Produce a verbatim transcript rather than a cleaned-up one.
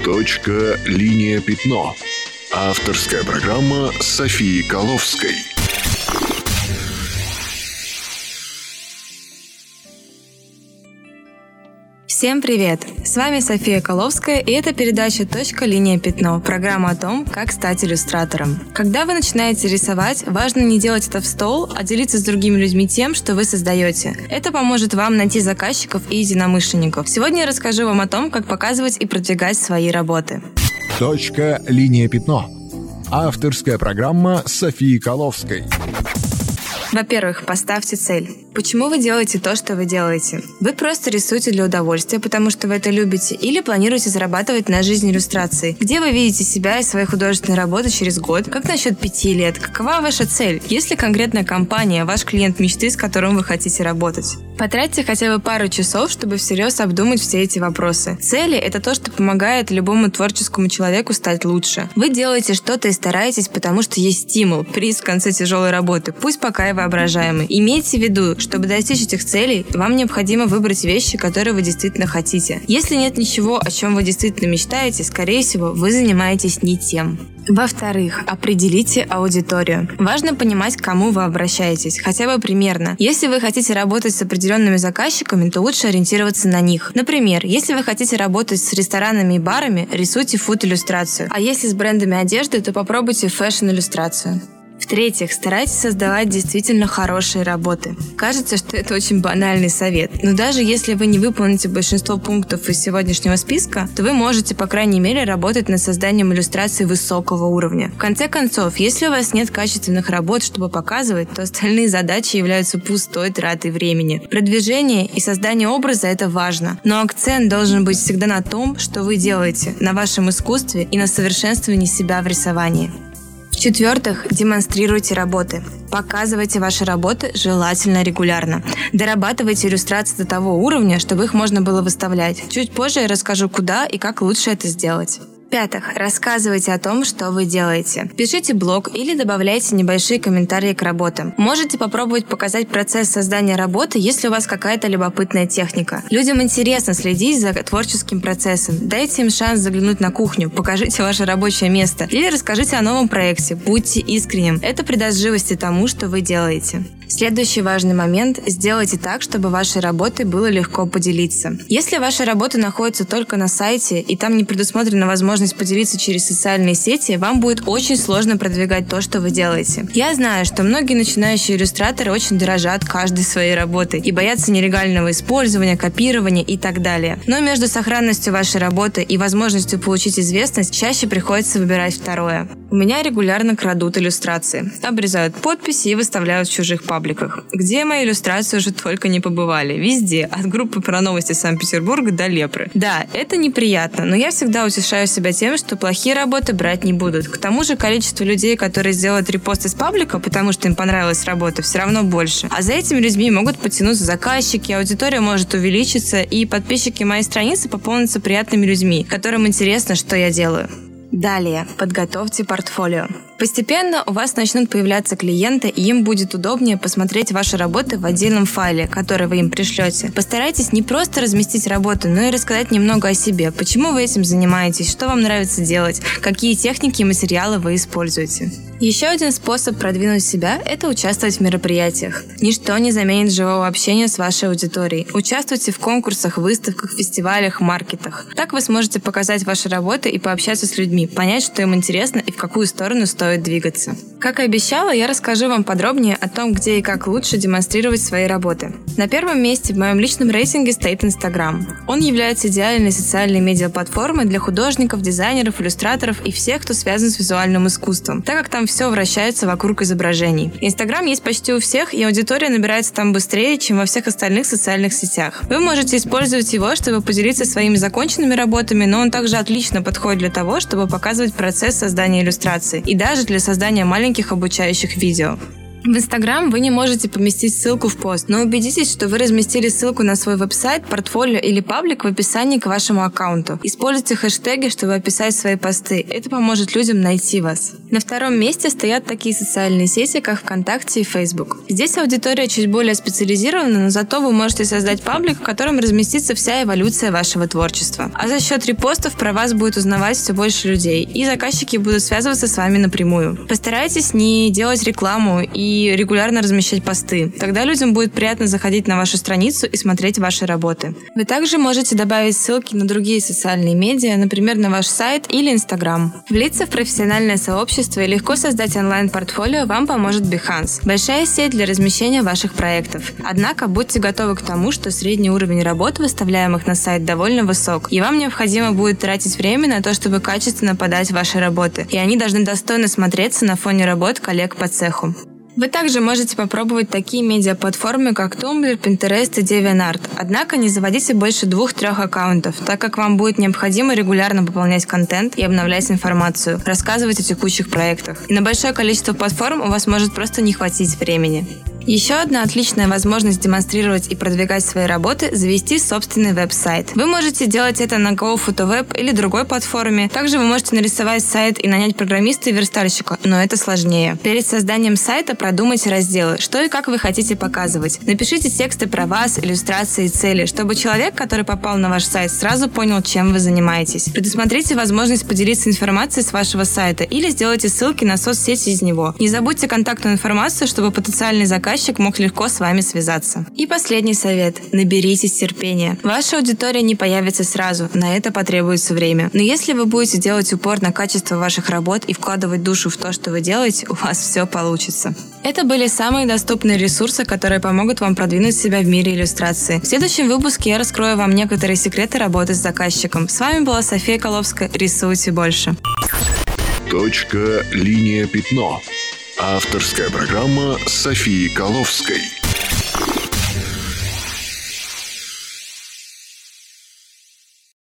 Точка, линия, пятно. Авторская программа Софии Коловской. Всем привет! С вами София Коловская, и это передача «Точка, линия, пятно» – программа о том, как стать иллюстратором. Когда вы начинаете рисовать, важно не делать это в стол, а делиться с другими людьми тем, что вы создаете. Это поможет вам найти заказчиков и единомышленников. Сегодня я расскажу вам о том, как показывать и продвигать свои работы. Точка, линия, пятно. Авторская программа Софии Коловской. Во-первых, поставьте цель. Почему вы делаете то, что вы делаете? Вы просто рисуете для удовольствия, потому что вы это любите, или планируете зарабатывать на жизнь иллюстрации? Где вы видите себя и свои художественные работы через год? Как насчет пяти лет? Какова ваша цель? Есть ли конкретная компания, ваш клиент мечты, с которым вы хотите работать? Потратьте хотя бы пару часов, чтобы всерьез обдумать все эти вопросы. Цели – это то, что помогает любому творческому человеку стать лучше. Вы делаете что-то и стараетесь, потому что есть стимул, приз в конце тяжелой работы, пусть пока и воображаемый. Имейте в виду, чтобы достичь этих целей, вам необходимо выбрать вещи, которые вы действительно хотите. Если нет ничего, о чем вы действительно мечтаете, скорее всего, вы занимаетесь не тем. Во-вторых, определите аудиторию. Важно понимать, к кому вы обращаетесь, хотя бы примерно. Если вы хотите работать с определенными заказчиками, то лучше ориентироваться на них. Например, если вы хотите работать с ресторанами и барами, рисуйте фуд-иллюстрацию. А если с брендами одежды, то попробуйте фэшн-иллюстрацию. В-третьих, старайтесь создавать действительно хорошие работы. Кажется, что это очень банальный совет, но даже если вы не выполните большинство пунктов из сегодняшнего списка, то вы можете, по крайней мере, работать над созданием иллюстраций высокого уровня. В конце концов, если у вас нет качественных работ, чтобы показывать, то остальные задачи являются пустой тратой времени. Продвижение и создание образа – это важно, но акцент должен быть всегда на том, что вы делаете, на вашем искусстве и на совершенствовании себя в рисовании. В-четвертых, демонстрируйте работы. Показывайте ваши работы желательно регулярно. Дорабатывайте иллюстрации до того уровня, чтобы их можно было выставлять. Чуть позже я расскажу, куда и как лучше это сделать. В-пятых, рассказывайте о том, что вы делаете. Пишите блог или добавляйте небольшие комментарии к работам. Можете попробовать показать процесс создания работы, если у вас какая-то любопытная техника. Людям интересно следить за творческим процессом. Дайте им шанс заглянуть на кухню, покажите ваше рабочее место или расскажите о новом проекте. Будьте искренним. Это придаст живости тому, что вы делаете. Следующий важный момент – сделайте так, чтобы вашей работой было легко поделиться. Если ваша работа находится только на сайте и там не предусмотрена возможность поделиться через социальные сети, вам будет очень сложно продвигать то, что вы делаете. Я знаю, что многие начинающие иллюстраторы очень дорожат каждой своей работой и боятся нелегального использования, копирования и так далее. Но между сохранностью вашей работы и возможностью получить известность чаще приходится выбирать второе. У меня регулярно крадут иллюстрации, обрезают подписи и выставляют в чужих пабликах. Где мои иллюстрации уже только не побывали? Везде, от группы про новости Санкт-Петербурга до Лепры. Да, это неприятно, но я всегда утешаю себя тем, что плохие работы брать не будут. К тому же количество людей, которые сделают репост из паблика, потому что им понравилась работа, все равно больше. А за этими людьми могут подтянуться заказчики, аудитория может увеличиться, и подписчики моей страницы пополнятся приятными людьми, которым интересно, что я делаю. Далее, подготовьте портфолио. Постепенно у вас начнут появляться клиенты, и им будет удобнее посмотреть ваши работы в отдельном файле, который вы им пришлете. Постарайтесь не просто разместить работу, но и рассказать немного о себе, почему вы этим занимаетесь, что вам нравится делать, какие техники и материалы вы используете. Еще один способ продвинуть себя – это участвовать в мероприятиях. Ничто не заменит живого общения с вашей аудиторией. Участвуйте в конкурсах, выставках, фестивалях, маркетах. Так вы сможете показать ваши работы и пообщаться с людьми, понять, что им интересно и в какую сторону стоит двигаться. Как и обещала, я расскажу вам подробнее о том, где и как лучше демонстрировать свои работы. На первом месте в моем личном рейтинге стоит Instagram. Он является идеальной социальной медиаплатформой для художников, дизайнеров, иллюстраторов и всех, кто связан с визуальным искусством, так как там все вращается вокруг изображений. Instagram есть почти у всех, и аудитория набирается там быстрее, чем во всех остальных социальных сетях. Вы можете использовать его, чтобы поделиться своими законченными работами, но он также отлично подходит для того, чтобы показывать процесс создания иллюстраций и даже для создания маленьких обучающих видео. В Инстаграм вы не можете поместить ссылку в пост, но убедитесь, что вы разместили ссылку на свой веб-сайт, портфолио или паблик в описании к вашему аккаунту. Используйте хэштеги, чтобы описать свои посты. Это поможет людям найти вас. На втором месте стоят такие социальные сети, как ВКонтакте и Facebook. Здесь аудитория чуть более специализирована, но зато вы можете создать паблик, в котором разместится вся эволюция вашего творчества. А за счет репостов про вас будет узнавать все больше людей, и заказчики будут связываться с вами напрямую. Постарайтесь не делать рекламу и и регулярно размещать посты. Тогда людям будет приятно заходить на вашу страницу и смотреть ваши работы. Вы также можете добавить ссылки на другие социальные медиа, например, на ваш сайт или Инстаграм. Влиться в профессиональное сообщество и легко создать онлайн-портфолио вам поможет Behance – большая сеть для размещения ваших проектов. Однако будьте готовы к тому, что средний уровень работ, выставляемых на сайт, довольно высок, и вам необходимо будет тратить время на то, чтобы качественно подать ваши работы, и они должны достойно смотреться на фоне работ коллег по цеху. Вы также можете попробовать такие медиаплатформы, как Tumblr, Pinterest и DeviantArt. Однако не заводите больше двух-трех аккаунтов, так как вам будет необходимо регулярно пополнять контент и обновлять информацию, рассказывать о текущих проектах. И на большое количество платформ у вас может просто не хватить времени. Еще одна отличная возможность демонстрировать и продвигать свои работы – завести собственный веб-сайт. Вы можете делать это на GoFotoWeb или другой платформе. Также вы можете нарисовать сайт и нанять программиста и верстальщика, но это сложнее. Перед созданием сайта продумайте разделы, что и как вы хотите показывать. Напишите тексты про вас, иллюстрации и цели, чтобы человек, который попал на ваш сайт, сразу понял, чем вы занимаетесь. Предусмотрите возможность поделиться информацией с вашего сайта или сделайте ссылки на соцсети из него. Не забудьте контактную информацию, чтобы потенциальный заказчик мог легко с вами связаться. И последний совет. Наберитесь терпения. Ваша аудитория не появится сразу, на это потребуется время. Но если вы будете делать упор на качество ваших работ и вкладывать душу в то, что вы делаете, у вас все получится. Это были самые доступные ресурсы, которые помогут вам продвинуть себя в мире иллюстрации. В следующем выпуске я раскрою вам некоторые секреты работы с заказчиком. С вами была София Коловская. Рисуйте больше. Точка, линия, пятно. Авторская программа Софии Коловской.